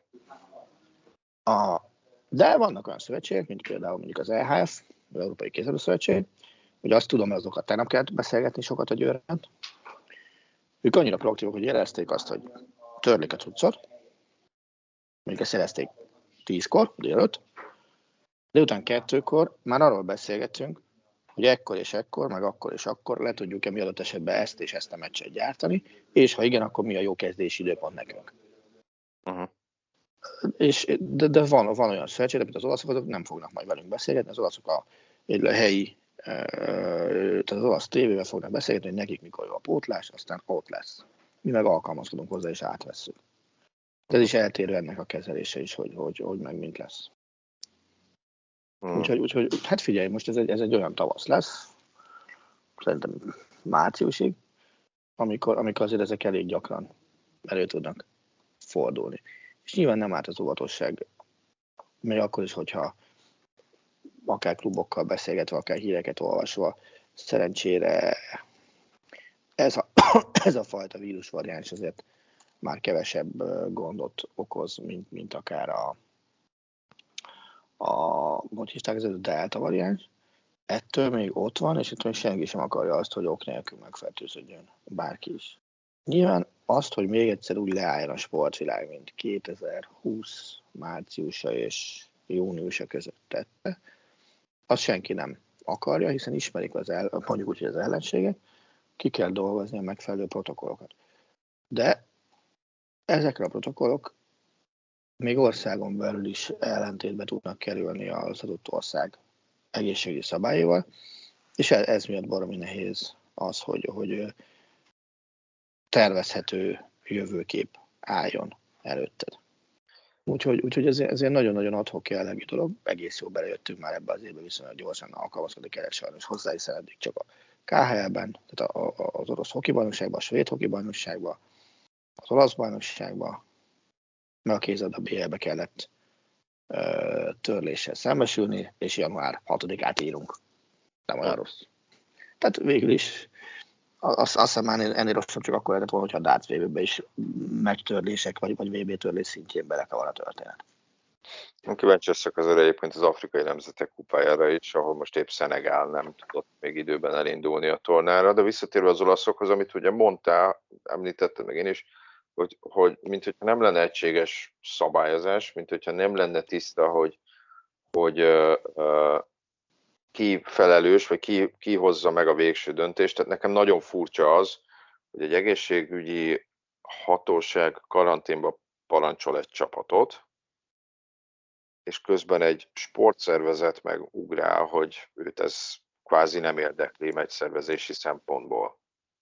A, de vannak olyan szövetségek, mint például mondjuk az E H F, az Európai Kézilabda Szövetség, hogy azt tudom, hogy azokat tegnap kellett beszélgetni sokat a Győrrel. Ők annyira proaktívok, hogy jelezték azt, hogy törlik a cuccot, mondjuk ezt jelezték tízkor, délőtt, de utána kettőkor már arról beszélgetünk, hogy ekkor és ekkor, meg akkor és akkor le tudjuk-e mi adott esetben ezt és ezt a meccset gyártani, és ha igen, akkor mi a jó kezdési időpont nekünk. Uh-huh. És, de, de van, van olyan szövetség, mint az olaszok, azok nem fognak majd velünk beszélgetni, az olaszok a, a helyi, tehát az olasz tévével fognak beszélgetni, hogy nekik mikor jó a pótlás, aztán ott lesz. Mi meg alkalmazkodunk hozzá és átvesszük. De ez is eltérő ennek a kezelése is, hogy, hogy, hogy meg mint lesz. Hmm. Úgyhogy, úgyhogy, hát figyelj, most ez egy, ez egy olyan tavasz lesz, szerintem márciusig, amikor, amikor azért ezek elég gyakran elő tudnak fordulni. És nyilván nem árt az óvatosság, még akkor is, hogyha akár klubokkal beszélgetve, akár híreket olvasva, szerencsére ez a, ez a fajta vírusvariáns azért már kevesebb gondot okoz, mint, mint akár a a, hogy hívták, ez a delta variáns. Ettől még ott van, és ettől még senki sem akarja azt, hogy ok nélkül megfertőződjön bárki is. Nyilván azt, hogy még egyszer úgy leálljon a sportvilág, mint kétezer-húsz márciusa és júniusa között tette, azt senki nem akarja, hiszen ismerik az el, mondjuk úgy, hogy az ellenséget, ki kell dolgozni a megfelelő protokollokat. De ezekre a protokollok még országon belül is ellentétbe tudnak kerülni az adott ország egészségügyi szabályaival, és ez miatt baromi nehéz az, hogy, hogy tervezhető jövőkép álljon előtted. Úgyhogy, úgyhogy ez, ez egy nagyon-nagyon adhok jellegű dolog, egész jól belejöttünk már ebbe az évbe, viszonylag gyorsan alkalmazkodni kellett sajnos hozzá, hiszen eddig csak a ká há el-ben, tehát a, a, az orosz hokibajnokságban, a svéd hokibajnokságban, az olasz bajnokságban, meg a kézilabda bé el-be kellett ö, törléssel szembesülni, és január hatodikát írunk. Nem olyan rossz. Tehát végül is azt, azt hiszem már ennél rosszabb csak akkor lehetett volna, hogyha a darts vé bé-be is megtörlések, vagy, vagy vé bé törlés szintjén belekavar a történet. Kíváncsi leszek az egyébként az afrikai nemzetek kupájára is, ahol most épp Szenegál nem tudott még időben elindulni a tornára, de visszatérve az olaszokhoz, amit ugye mondtál, említetted meg én is, hogy, hogy mint hogyha nem lenne egységes szabályozás, mint hogyha nem lenne tiszta, hogy, hogy uh, uh, ki felelős, vagy ki, ki hozza meg a végső döntést. Tehát nekem nagyon furcsa az, hogy egy egészségügyi hatóság karanténba parancsol egy csapatot, és közben egy sportszervezet meg ugrál, hogy őt ez kvázi nem érdekli meccsszervezési szempontból.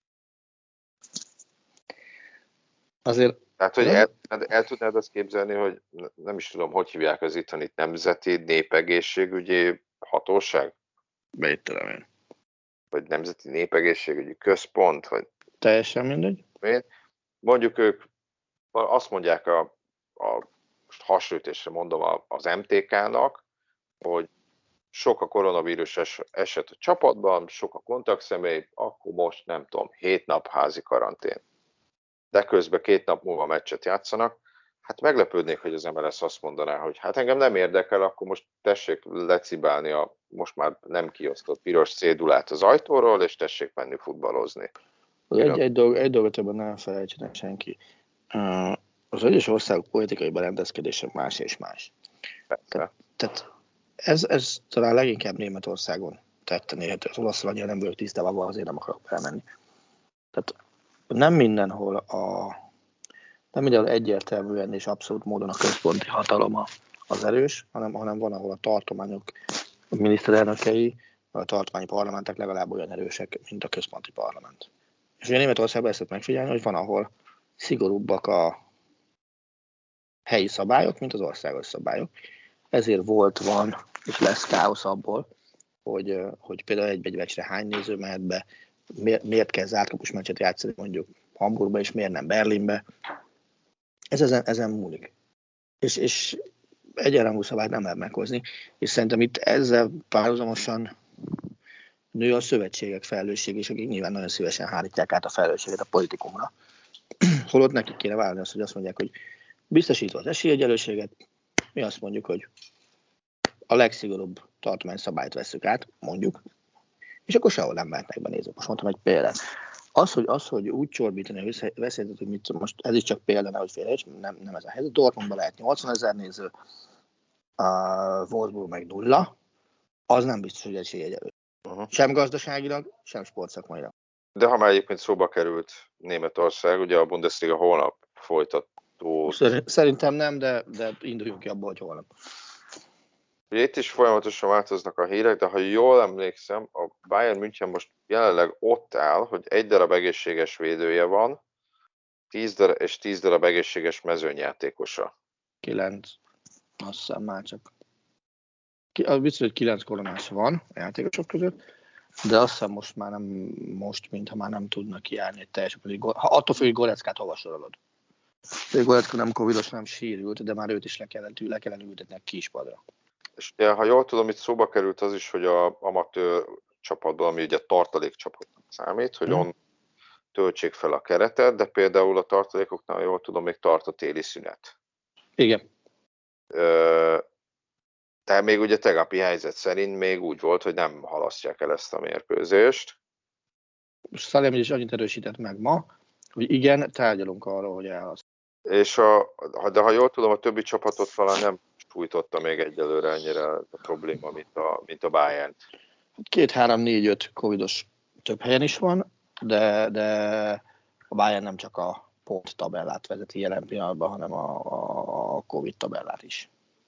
Azért... Tehát, hogy el, el tudnád azt képzelni, hogy nem is tudom, hogy hívják az itteni nemzeti népegészségügyi hatóság? Beittelem én. Vagy nemzeti népegészségügyi központ? Vagy... Teljesen mindegy. Mondjuk ők azt mondják, a, a, most hasonlítésre mondom az em té ká-nak, hogy sok a koronavírus eset a csapatban, sok a kontaktszemély, akkor most nem tudom, hét nap házi karantén. De közben két nap múlva meccset játszanak, hát meglepődnék, hogy az em el es azt mondaná, hogy hát engem nem érdekel, akkor most tessék lecibálni a most már nem kiosztott piros cédulát az ajtóról, és tessék menni futballozni. Egy, egy, dolog, egy dolgot ebben nem felejtsenek senki. Az egyes országok politikai berendezkedése más és más. Persze. Tehát ez, ez talán leginkább Németországon tetten érhető. Az olaszról annyira nem vagyok tisztában, azért nem akarok elmenni. Tehát nem mindenhol a nem mindenhol egyértelműen és abszolút módon a központi hatalom az erős, hanem, hanem van, ahol a tartományok a miniszterelnökei, a tartományi parlamentek legalább olyan erősek, mint a központi parlament. És ugye Németországban ezt megfigyelni, hogy van, ahol szigorúbbak a helyi szabályok, mint az országos szabályok. Ezért volt, van és lesz káosz abból, hogy, hogy például egy-egy meccsre hány néző mehet be, miért, miért kell zártkapus meccset játszani mondjuk Hamburgba, és miért nem Berlinbe. Ez ezen, ezen múlik. És, és egyenrangú szabályt nem lehet meghozni, és szerintem itt ezzel párhuzamosan nő a szövetségek felelősség, és akik nyilván nagyon szívesen hárítják át a felelősséget a politikumra. Holott nekik kéne válni azt, hogy azt mondják, hogy biztosítva az esélyegyenlőséget, mi azt mondjuk, hogy a legszigorúbb tartományszabályt vesszük át, mondjuk, és akkor sehol nem mehetnek benézni. Most mondtam egy példát. Az, hogy, az, hogy úgy csorbítani a veszélyt, hogy mit, most ez is csak példa, nehogy félreérts, nem, nem ez a helyzet. Dortmundban lehet nyolcvanezer néző, a Wolfsburg meg nulla, az nem biztos, hogy esélyegyenlő. Uh-huh. Sem gazdaságilag, sem sportszakmailag. De ha már egyébként szóba került Németország, ugye a Bundesliga holnap folytató. Szerintem nem, de, de induljunk ki abból, hogy holnap. Ugye itt is folyamatosan változnak a hírek, de ha jól emlékszem, a Bayern München most jelenleg ott áll, hogy egy darab egészséges védője van, tíz darab, és tíz darab egészséges mezőnyjátékosa. Kilenc. Azt hiszem már csak. Az biztos, hogy kilenc koronás van a játékosok között, de azt hiszem most már nem, most, mintha már nem tudnak kiállni egy teljes. Ha attól függ, hogy Goreckát hova sorolod. Gorecka nem covidos, nem sérült, de már őt is le kellene, le kellene ültetni a kispadra. És ha jól tudom, itt szóba került az is, hogy a amatőr csapatban, ami ugye tartalék csapatnak számít, hogy hmm. on töltsék fel a keretet, de például a tartalékoknál, jól tudom, még tart a téli szünet. Igen. Ö, tehát még ugye tegnapi helyzet szerint még úgy volt, hogy nem halasztják el ezt a mérkőzést. Most Szalem is annyit erősített meg ma, hogy igen, tárgyalunk arról, hogy elhalaszt. És a, de ha jól tudom, a többi csapatot talán nem sújtotta még egyelőre ennyire a probléma, mint a, mint a Bayern. Két, három, négy, öt covidos több helyen is van, de, de a Bayern nem csak a pont tabellát vezeti jelen pillanatban, hanem a, a Covid tabellát is.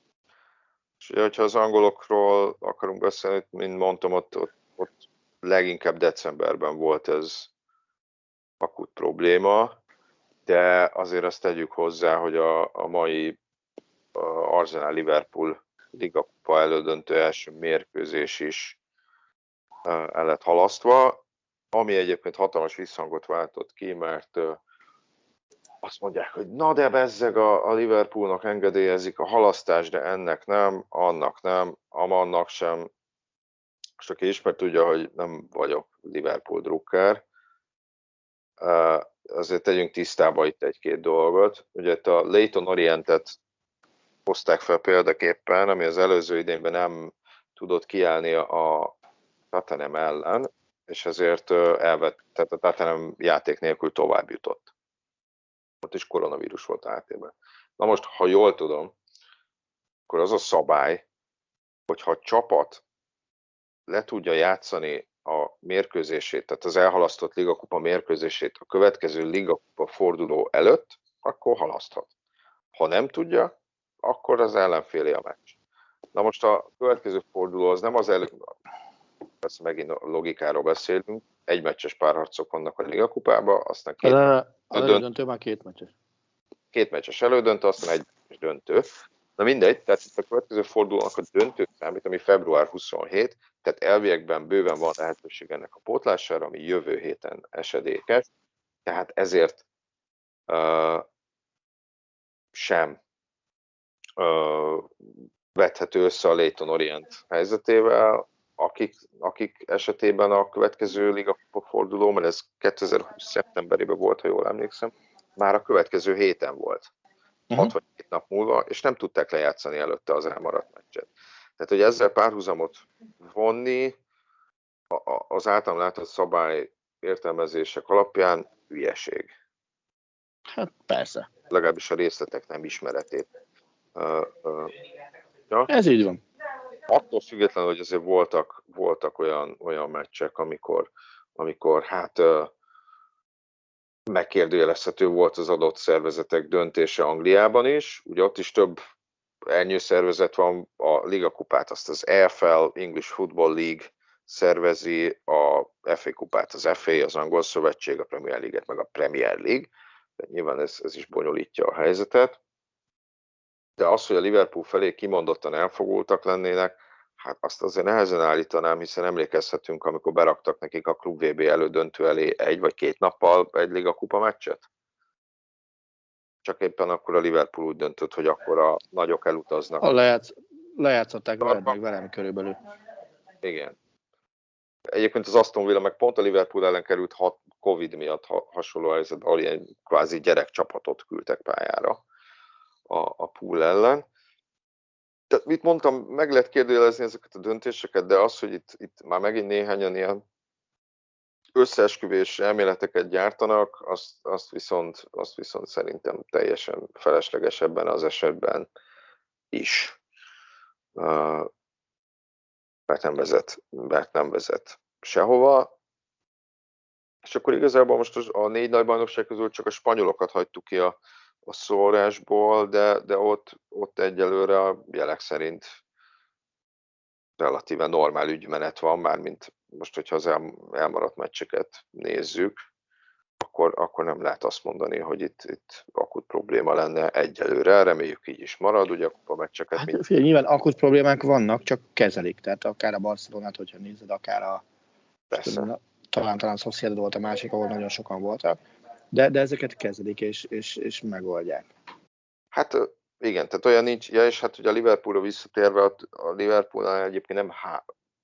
És ugye, hogyha az angolokról akarunk beszélni, mint mondtam, ott, ott, ott leginkább decemberben volt ez akut probléma, de azért azt tegyük hozzá, hogy a, a mai a Arsenal-Liverpool ligakupa elődöntő első mérkőzés is el lett halasztva, ami egyébként hatalmas visszhangot váltott ki, mert azt mondják, hogy na de bezzeg a, a Liverpoolnak engedélyezik a halasztást, de ennek nem, annak nem, amannak sem. Most aki ismert tudja, hogy nem vagyok Liverpool drukker, azért tegyünk tisztába itt egy-két dolgot. Ugye itt a Leyton Orientet hozták fel példaképpen, ami az előző idényben nem tudott kiállni a Tottenham ellen, és ezért elvett, tehát a Tottenham játék nélkül tovább jutott. Ott is koronavírus volt átében. Na most, ha jól tudom, akkor az a szabály, hogyha a csapat le tudja játszani a mérkőzését, tehát az elhalasztott ligakupa mérkőzését a következő ligakupa forduló előtt, akkor halaszthat. Ha nem tudja, akkor az ellenfélé a meccs. Na most a következő forduló az nem az elő... Ezt megint a logikáról beszélünk, egy meccses párharcok vannak a ligakupában, aztán két... Az elődöntő már két meccses. Két meccses elődöntő, aztán egy meccses döntő. Na mindegy, tehát itt a következő fordulónak a döntő számít, ami február huszonhét, tehát elviekben bőven van lehetőség ennek a pótlására, ami jövő héten esedékes, tehát ezért uh, sem uh, vethető össze a Leyton Orient helyzetével, akik, akik esetében a következő ligakupa forduló, mert ez kétezer-húsz szeptemberében volt, ha jól emlékszem, már a következő héten volt. Uh-huh. hatvanhét nap múlva, és nem tudták lejátszani előtte az elmaradt meccset. Tehát, hogy ezzel párhuzamot vonni az általam látott szabály értelmezések alapján hülyeség. Hát persze. Legalábbis a részletek nem ismeretét uh, uh, Ja? Ez így van. Attól függetlenül, hogy azért voltak, voltak olyan, olyan meccsek, amikor, amikor hát megkérdőjelezhető volt az adott szervezetek döntése Angliában is. Ugye ott is több ernyő szervezet van, a ligakupát azt az E F L, English Football League szervezi, a F A kupát az F A, az Angol Szövetség, a Premier League-et meg a Premier League. De nyilván ez, ez is bonyolítja a helyzetet. De az, hogy a Liverpool felé kimondottan elfogultak lennének, hát azt azért nehezen állítanám, hiszen emlékezhetünk, amikor beraktak nekik a Klub vé bé elődöntő elé egy vagy két nappal egy ligakupa meccset. Csak éppen akkor a Liverpool úgy döntött, hogy akkor a nagyok elutaznak. A lejátsz, lejátszották veled meg velem körülbelül. Igen. Egyébként az Aston Villa meg pont a Liverpool ellen került hat Covid miatt hasonló helyzetben, ahol ilyen kvázi gyerekcsapatot küldtek pályára a, a Pool ellen. Tehát mit mondtam, meg lehet kérdőjelezni ezeket a döntéseket, de az, hogy itt, itt már megint néhányan ilyen összeesküvés elméleteket gyártanak, azt, azt, viszont, azt viszont szerintem teljesen felesleges ebben az esetben is. Uh, mert nem vezet, mert nem vezet sehova. És akkor igazából most a négy nagy bajnokság közül csak a spanyolokat hagytuk ki a, a szórásból, de, de ott, ott egyelőre a jelek szerint relatíve normál ügymenet van, mármint most, hogyha az el, elmaradt meccseket nézzük, akkor, akkor nem lehet azt mondani, hogy itt, itt akut probléma lenne egyelőre, reméljük így is marad, ugye a meccseket... Hát mind... figyelj, nyilván akut problémák vannak, csak kezelik, tehát akár a Barcelonát, hogyha nézed, akár a... Persze. Talán talán Sociedad volt a másik, ahol nagyon sokan voltak, de, de ezeket kezelik és, és, és megoldják. Hát igen, tehát olyan nincs, ja, és hát ugye a Liverpoolra visszatérve, a Liverpoolnál egyébként nem há...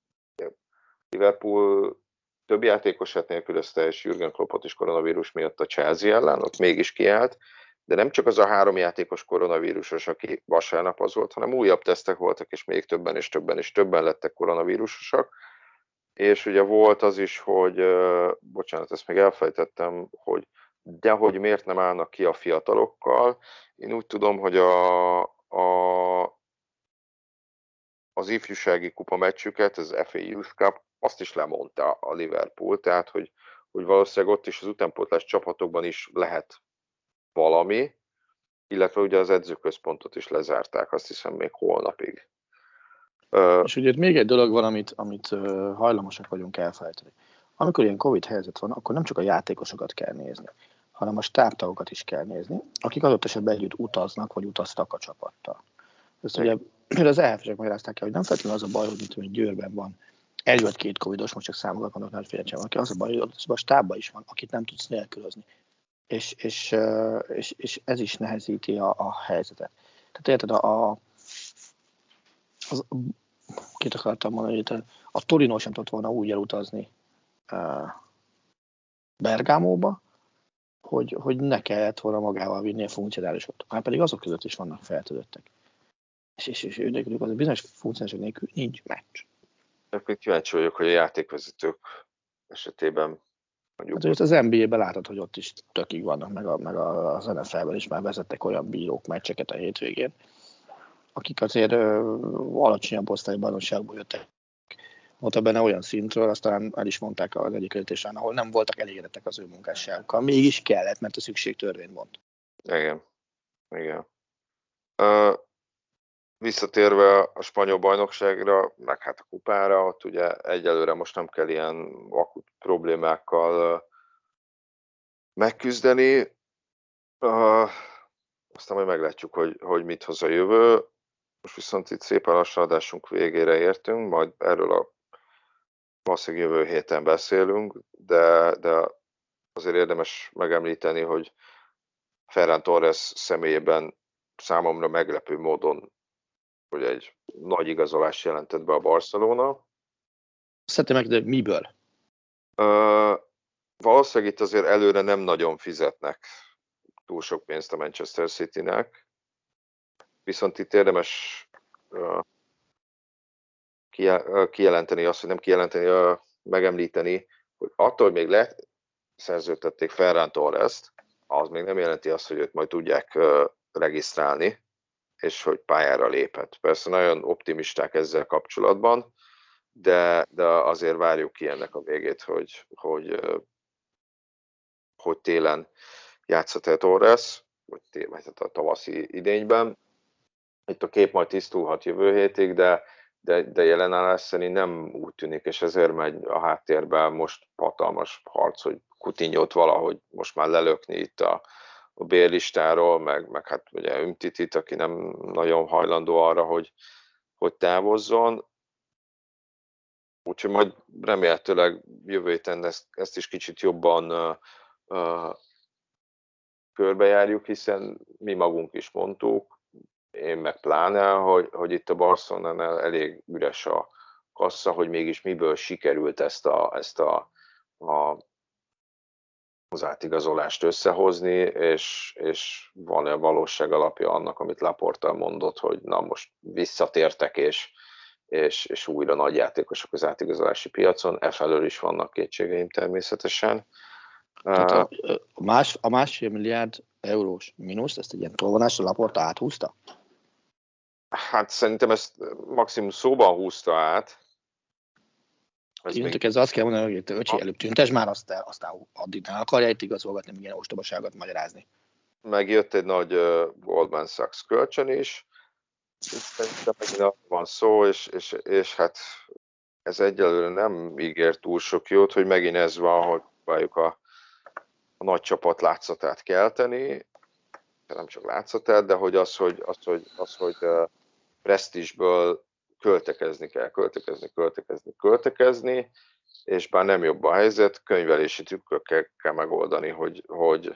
Liverpool több játékosát nélkülözte, és Jürgen Kloppot is koronavírus miatt a Chelsea ellen, ott mégis kiállt, de nem csak az a három játékos koronavírusos, aki vasárnap az volt, hanem újabb tesztek voltak, és még többen és többen és többen lettek koronavírusosak. És ugye volt az is, hogy, bocsánat, ezt még elfelejtettem, hogy de hogy miért nem állnak ki a fiatalokkal. Én úgy tudom, hogy a, a, az ifjúsági kupa meccsüket, az F A Youth Cup, azt is lemondta a Liverpool, tehát hogy, hogy valószínűleg ott is az utánpótlás csapatokban is lehet valami, illetve ugye az edzőközpontot is lezárták, azt hiszem még holnapig. És ugye még egy dolog van, amit, amit hajlamosak vagyunk elfelejteni. Amikor ilyen Covid helyzet van, akkor nem csak a játékosokat kell nézni, hanem a stábtagokat is kell nézni, akik adott esetben együtt utaznak, vagy utaztak a csapattal. Ezt ugye az E F S-ek magyarázták el, hogy nem feltétlenül az a baj, hogy mint, hogy Győrben van egy vagy két covidos, most csak számokat mondok, mert félre van, az a baj, hogy a stábban is van, akit nem tudsz nélkülözni. És, és, és, és ez is nehezíti a, a helyzetet. Tehát érted, a, a az, kit akartam mondani, hogy a Torino sem tudott volna úgy elutazni uh, Bergámóba, hogy, hogy ne kellett volna magával vinni a funkcionálisot. Már pedig azok között is vannak feltölöttek. És, és, és őnekülük az a bizonyos funkcionálisok nélkül nincs meccs. Akkor kíváncsi vagyok, hogy a játékvezetők esetében mondjuk... Hát, az en bé á-ben látod, hogy ott is tökig vannak, meg, a, meg az en ef el-ben is már vezettek olyan bírók meccseket a hétvégén, akik azért ö, alacsonyabb osztálybajnokságból jöttek. Ott benne olyan szintről, aztán el is mondták az egyik kérdésen, ahol nem voltak elégedettek az ő munkásságukkal. Mégis kellett, mert a szükség törvény volt. Igen. Igen. Uh, visszatérve a spanyol bajnokságra, meg hát a kupára, ott ugye egyelőre most nem kell ilyen akut problémákkal uh, megküzdeni. Uh, aztán majd meglátjuk, hogy, hogy mit hoz a jövő. Most viszont itt szépen lassan adásunk végére értünk, majd erről a valószínűleg jövő héten beszélünk, de, de azért érdemes megemlíteni, hogy Ferran Torres személyében számomra meglepő módon, hogy egy nagy igazolás jelentett be a Barcelona. Szerintem meg, de miből? Uh, valószínűleg itt azért előre nem nagyon fizetnek túl sok pénzt a Manchester Citynek, viszont itt érdemes uh, kijelenteni azt, hogy nem kijelenteni, uh, megemlíteni, hogy attól, hogy még leszerződtették Ferran Torrest, az még nem jelenti azt, hogy őt majd tudják uh, regisztrálni és hogy pályára léphet. Persze nagyon optimisták ezzel kapcsolatban, de, de azért várjuk ki ennek a végét, hogy, hogy, hogy télen játszhat-e Torres, vagy, tél, vagy hát a tavaszi idényben. Itt a kép majd tisztulhat jövő hétig, de, de, de jelenállás szerint nem úgy tűnik, és ezért megy a háttérben most hatalmas harc, hogy Coutinhót valahogy most már lelökni itt a, a bérlistáról, meg, meg hát ugye Umtitit, aki nem nagyon hajlandó arra, hogy, hogy távozzon. Úgyhogy majd remélhetőleg jövő héten ezt, ezt is kicsit jobban uh, uh, körbejárjuk, hiszen mi magunk is mondtuk, én meg pláne, hogy, hogy itt a Barcelonánál elég üres a kassa, hogy mégis miből sikerült ezt a, ezt a, a az átigazolást összehozni, és, és van-e valóság alapja annak, amit Laporta mondott, hogy na most visszatértek, és, és, és újra nagy játékosok az átigazolási piacon, e felől is vannak kétségeim természetesen. Tehát a, a, más, a másfél milliárd eurós mínusz, ezt egy ilyen tolvonásra Laporta áthúzta? Hát szerintem ezt maximum szóban húzta át. Jöntök még... ez azt kell mondani, hogy te öcsi, előbb tüntes már, aztán, aztán addig nem akarja itt igazolgatni, még ilyen ostobaságot magyarázni. Megjött egy nagy uh, Goldman Sachs kölcsön is, szerintem megint van szó, és, és, és hát ez egyelőre nem ígér túl sok jót, hogy megint ez van, hogy próbáljuk a, a nagy csapat látszatát kelteni, nem csak látszatát, de hogy az, hogy, az, hogy, az, hogy uh, presztízsből költekezni kell, költekezni, költekezni, költekezni, és bár nem jobb a helyzet, könyvelési trükkökkel kell megoldani, hogy, hogy,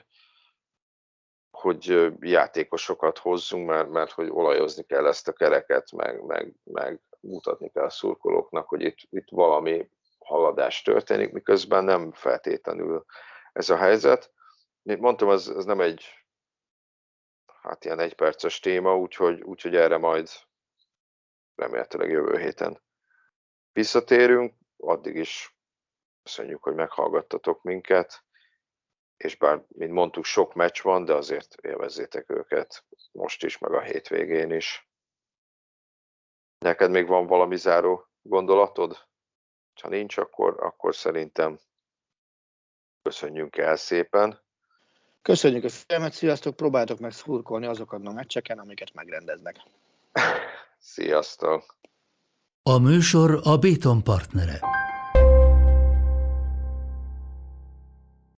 hogy játékosokat hozzunk, mert, mert hogy olajozni kell ezt a kereket, meg, meg, meg mutatni kell a szurkolóknak, hogy itt, itt valami haladás történik, miközben nem feltétlenül ez a helyzet. Mint mondtam, ez, ez nem egy hát ilyen egyperces téma, úgyhogy, úgyhogy erre majd remélhetőleg jövő héten visszatérünk. Addig is köszönjük, hogy meghallgattatok minket, és bár, mint mondtuk, sok meccs van, de azért élvezzétek őket most is, meg a hétvégén is. Neked még van valami záró gondolatod? Ha nincs, akkor, akkor szerintem köszönjünk el szépen. Köszönjük a figyelmet, sziasztok, próbáljátok meg szurkolni azokon a meccseken, amiket megrendeznek. Sziasztok! A műsor a Béton partnere.